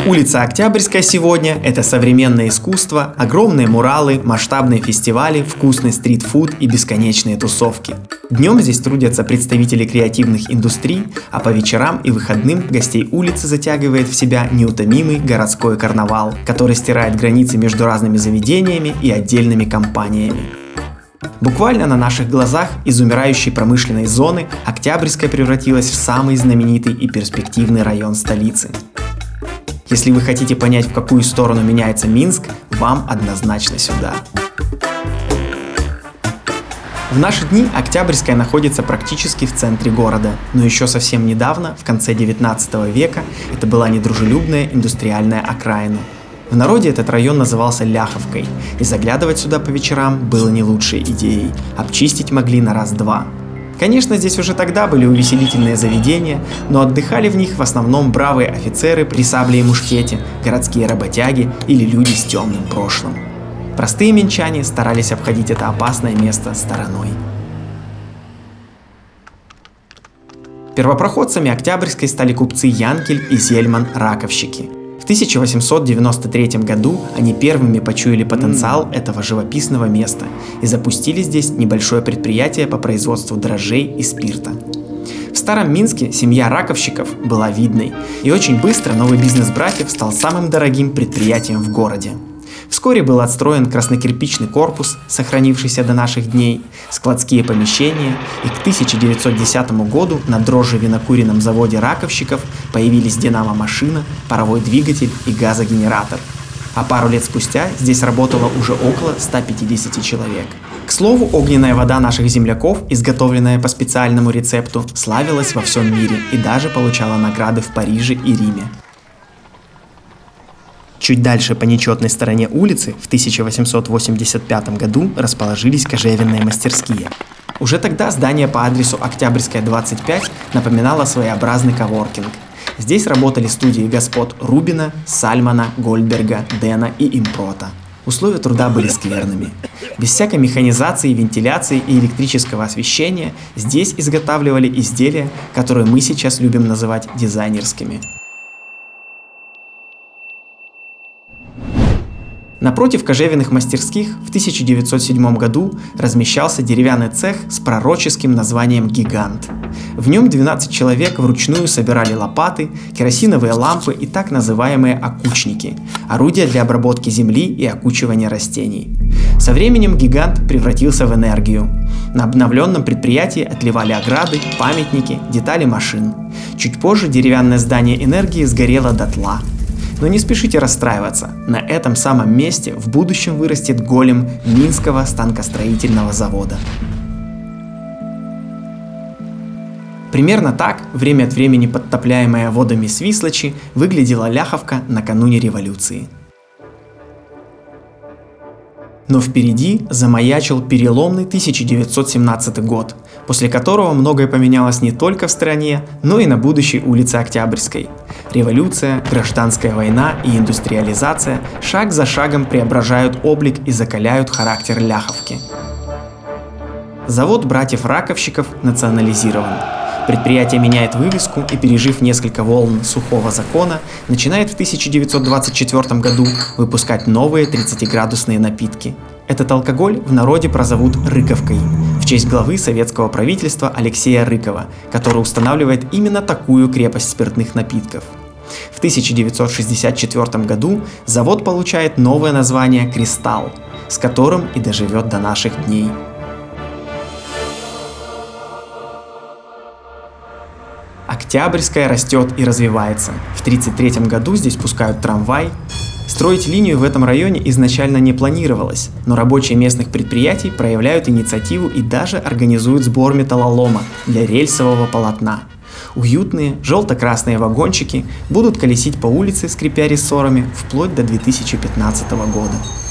Улица Октябрьская сегодня – это современное искусство, огромные муралы, масштабные фестивали, вкусный стрит-фуд и бесконечные тусовки. Днем здесь трудятся представители креативных индустрий, а по вечерам и выходным гостей улицы затягивает в себя неутомимый городской карнавал, который стирает границы между разными заведениями и отдельными компаниями. Буквально на наших глазах из умирающей промышленной зоны Октябрьская превратилась в самый знаменитый и перспективный район столицы. Если вы хотите понять, в какую сторону меняется Минск, вам однозначно сюда. В наши дни Октябрьская находится практически в центре города, но еще совсем недавно, в конце 19 века, это была недружелюбная индустриальная окраина. В народе этот район назывался Ляховкой, и заглядывать сюда по вечерам было не лучшей идеей, обчистить могли на раз-два. Конечно, здесь уже тогда были увеселительные заведения, но отдыхали в них в основном бравые офицеры при сабле и мушкете, городские работяги или люди с темным прошлым. Простые минчане старались обходить это опасное место стороной. Первопроходцами Октябрьской стали купцы Янкель и Зельман-раковщики. В 1893 году они первыми почуяли потенциал этого живописного места и запустили здесь небольшое предприятие по производству дрожжей и спирта. В Старом Минске семья раковщиков была видной, и очень быстро новый бизнес братьев стал самым дорогим предприятием в городе. Вскоре был отстроен краснокирпичный корпус, сохранившийся до наших дней, складские помещения, и к 1910 году на дрожжевинокуренном заводе раковщиков появились динамо-машина, паровой двигатель и газогенератор. А пару лет спустя здесь работало уже около 150 человек. К слову, огненная вода наших земляков, изготовленная по специальному рецепту, славилась во всем мире и даже получала награды в Париже и Риме. Чуть дальше по нечетной стороне улицы в 1885 году расположились кожевенные мастерские. Уже тогда здание по адресу Октябрьская, 25 напоминало своеобразный коворкинг. Здесь работали студии господ Рубина, Сальмана, Гольдберга, Дэна и Импрота. Условия труда были скверными. Без всякой механизации, вентиляции и электрического освещения здесь изготавливали изделия, которые мы сейчас любим называть дизайнерскими. Напротив кожевенных мастерских в 1907 году размещался деревянный цех с пророческим названием «Гигант». В нем 12 человек вручную собирали лопаты, керосиновые лампы и так называемые окучники – орудия для обработки земли и окучивания растений. Со временем «Гигант» превратился в энергию. На обновленном предприятии отливали ограды, памятники, детали машин. Чуть позже деревянное здание энергии сгорело дотла. Но не спешите расстраиваться, на этом самом месте в будущем вырастет голем Минского станкостроительного завода. Примерно так, время от времени подтопляемая водами Свислочи, выглядела Ляховка накануне революции. Но впереди замаячил переломный 1917 год, после которого многое поменялось не только в стране, но и на будущей улице Октябрьской. Революция, гражданская война и индустриализация шаг за шагом преображают облик и закаляют характер Ляховки. Завод братьев-раковщиков национализирован. Предприятие меняет вывеску и, пережив несколько волн сухого закона, начинает в 1924 году выпускать новые 30-градусные напитки. Этот алкоголь в народе прозовут «Рыковкой» в честь главы советского правительства Алексея Рыкова, который устанавливает именно такую крепость спиртных напитков. В 1964 году завод получает новое название «Кристалл», с которым и доживет до наших дней. Октябрьская растет и развивается. В 1933 году здесь пускают трамвай. Строить линию в этом районе изначально не планировалось, но рабочие местных предприятий проявляют инициативу и даже организуют сбор металлолома для рельсового полотна. Уютные желто-красные вагончики будут колесить по улице, скрипя рессорами, вплоть до 2015 года.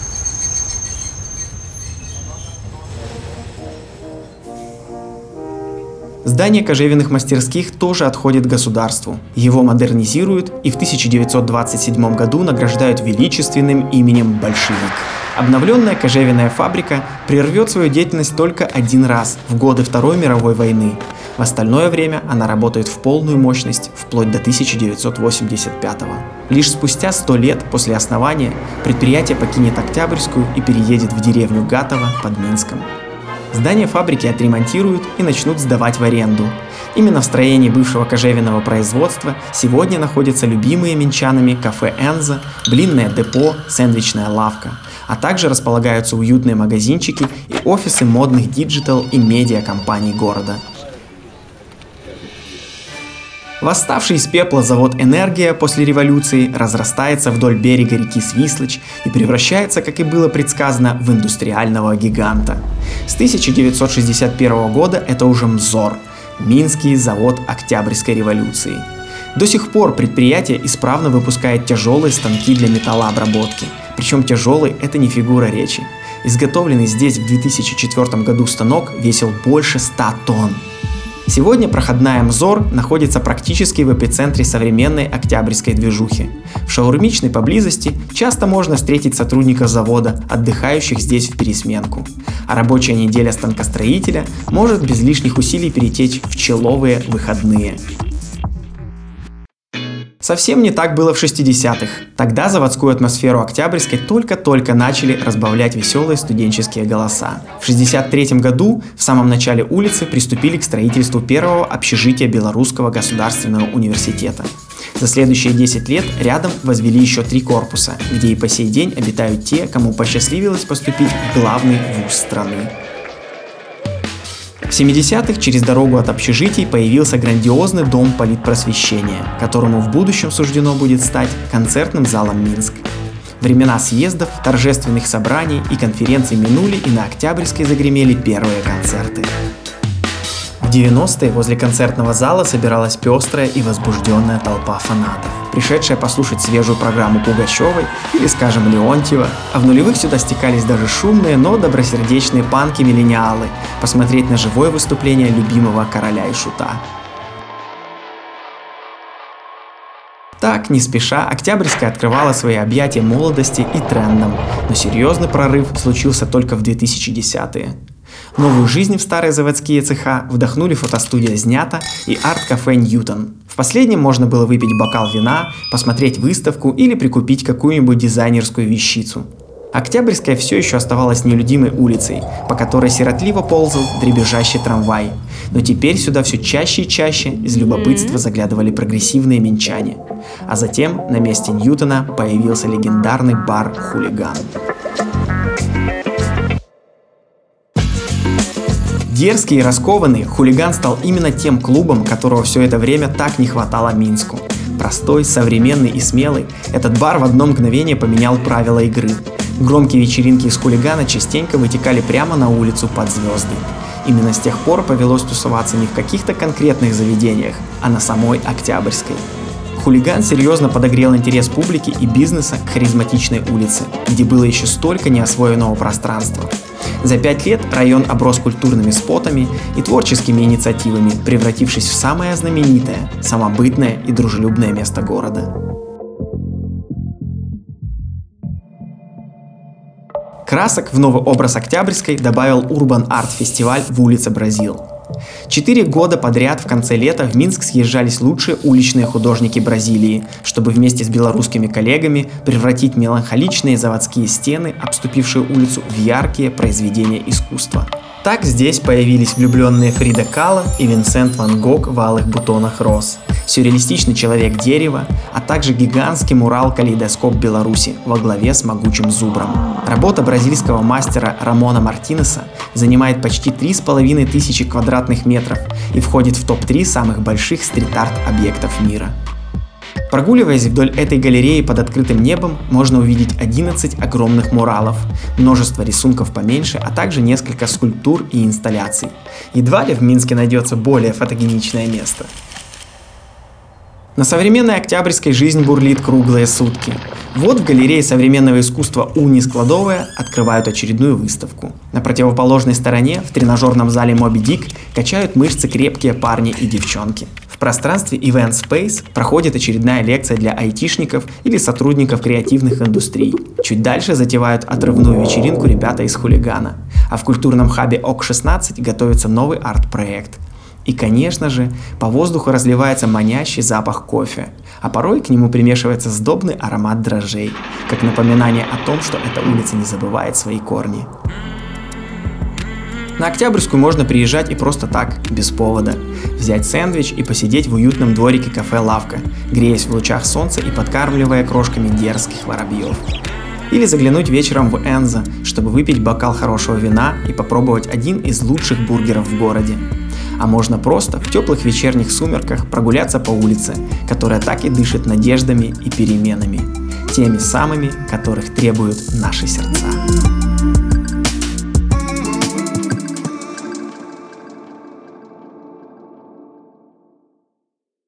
Здание кожевенных мастерских тоже отходит государству. Его модернизируют и в 1927 году награждают величественным именем «Большевик». Обновленная кожевенная фабрика прервет свою деятельность только один раз, в годы Второй мировой войны. В остальное время она работает в полную мощность вплоть до 1985 года. Лишь спустя 100 лет после основания предприятие покинет Октябрьскую и переедет в деревню Гатово под Минском. Здание фабрики отремонтируют и начнут сдавать в аренду. Именно в строении бывшего кожевенного производства сегодня находятся любимые минчанами кафе «Энза», блинное депо, сэндвичная лавка, а также располагаются уютные магазинчики и офисы модных диджитал и медиакомпаний города. Восставший из пепла завод «Энергия» после революции разрастается вдоль берега реки Свислочь и превращается, как и было предсказано, в индустриального гиганта. С 1961 года это уже МЗОР – Минский завод Октябрьской революции. До сих пор предприятие исправно выпускает тяжелые станки для металлообработки. Причем тяжелый – это не фигура речи. Изготовленный здесь в 2004 году станок весил больше 100 тонн. Сегодня проходная МЗОР находится практически в эпицентре современной октябрьской движухи. В шаурмичной поблизости часто можно встретить сотрудников завода, отдыхающих здесь в пересменку. А рабочая неделя станкостроителя может без лишних усилий перетечь в человые выходные. Совсем не так было в 60-х. Тогда заводскую атмосферу Октябрьской только-только начали разбавлять веселые студенческие голоса. В 1963 году в самом начале улицы приступили к строительству первого общежития Белорусского государственного университета. За следующие 10 лет рядом возвели еще 3 корпуса, где и по сей день обитают те, кому посчастливилось поступить в главный вуз страны. В 70-х через дорогу от общежитий появился грандиозный дом политпросвещения, которому в будущем суждено будет стать концертным залом Минск. Времена съездов, торжественных собраний и конференций минули, и на Октябрьской загремели первые концерты. В 90-е возле концертного зала собиралась пестрая и возбужденная толпа фанатов, пришедшая послушать свежую программу Пугачевой или, скажем, Леонтьева, а в нулевых сюда стекались даже шумные, но добросердечные панки-миллениалы посмотреть на живое выступление любимого короля и шута. Так, не спеша, Октябрьская открывала свои объятия молодости и трендам, но серьезный прорыв случился только в 2010-е. Новую жизнь в старые заводские цеха вдохнули фотостудия «Знято» и арт-кафе «Ньютон». В последнем можно было выпить бокал вина, посмотреть выставку или прикупить какую-нибудь дизайнерскую вещицу. Октябрьская все еще оставалась нелюдимой улицей, по которой сиротливо ползал дребезжащий трамвай. Но теперь сюда все чаще и чаще из любопытства заглядывали прогрессивные минчане. А затем на месте Ньютона появился легендарный бар «Хулиган». Дерзкий и раскованный, «Хулиган» стал именно тем клубом, которого все это время так не хватало Минску. Простой, современный и смелый, этот бар в одно мгновение поменял правила игры. Громкие вечеринки из «Хулигана» частенько вытекали прямо на улицу под звезды. Именно с тех пор повелось тусоваться не в каких-то конкретных заведениях, а на самой Октябрьской. «Хулиган» серьезно подогрел интерес публики и бизнеса к харизматичной улице, где было еще столько неосвоенного пространства. За 5 лет район оброс культурными спотами и творческими инициативами, превратившись в самое знаменитое, самобытное и дружелюбное место города. Красок в новый образ Октябрьской добавил Urban Art фестиваль в улице Бразил. 4 года подряд в конце лета в Минск съезжались лучшие уличные художники Бразилии, чтобы вместе с белорусскими коллегами превратить меланхоличные заводские стены, обступившие улицу, в яркие произведения искусства. Так здесь появились влюбленные Фрида Кало и Винсент Ван Гог в алых бутонах роз, сюрреалистичный человек-дерево, а также гигантский мурал-калейдоскоп Беларуси во главе с могучим зубром. Работа бразильского мастера Рамона Мартинеса занимает почти 3500 квадратных метров и входит в топ-3 самых больших стрит-арт объектов мира. Прогуливаясь вдоль этой галереи под открытым небом, можно увидеть 11 огромных муралов, множество рисунков поменьше, а также несколько скульптур и инсталляций. Едва ли в Минске найдется более фотогеничное место. На современной Октябрьской жизнь бурлит круглые сутки. Вот в галерее современного искусства «Уни-складовая» открывают очередную выставку. На противоположной стороне, в тренажерном зале «Моби Дик», качают мышцы крепкие парни и девчонки. В пространстве Event Space проходит очередная лекция для айтишников или сотрудников креативных индустрий. Чуть дальше затевают отрывную вечеринку ребята из «Хулигана». А в культурном хабе ОК-16 готовится новый арт-проект. И, конечно же, по воздуху разливается манящий запах кофе, а порой к нему примешивается сдобный аромат дрожжей, как напоминание о том, что эта улица не забывает свои корни. На Октябрьскую можно приезжать и просто так, без повода. Взять сэндвич и посидеть в уютном дворике кафе «Лавка», греясь в лучах солнца и подкармливая крошками дерзких воробьев. Или заглянуть вечером в Энзо, чтобы выпить бокал хорошего вина и попробовать один из лучших бургеров в городе. А можно просто в теплых вечерних сумерках прогуляться по улице, которая так и дышит надеждами и переменами. Теми самыми, которых требуют наши сердца.